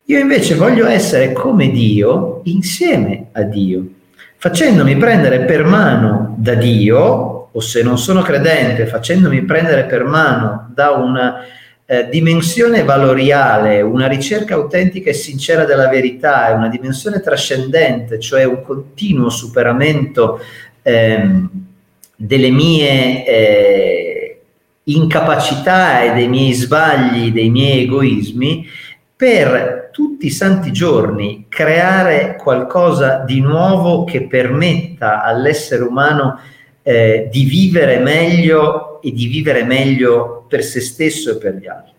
Io invece voglio essere come Dio, insieme a Dio, facendomi prendere per mano da Dio, o se non sono credente, facendomi prendere per mano da una dimensione valoriale, una ricerca autentica e sincera della verità, una dimensione trascendente, cioè un continuo superamento delle mie incapacità e dei miei sbagli, dei miei egoismi, per tutti i santi giorni creare qualcosa di nuovo che permetta all'essere umano di vivere meglio e di vivere meglio per se stesso e per gli altri.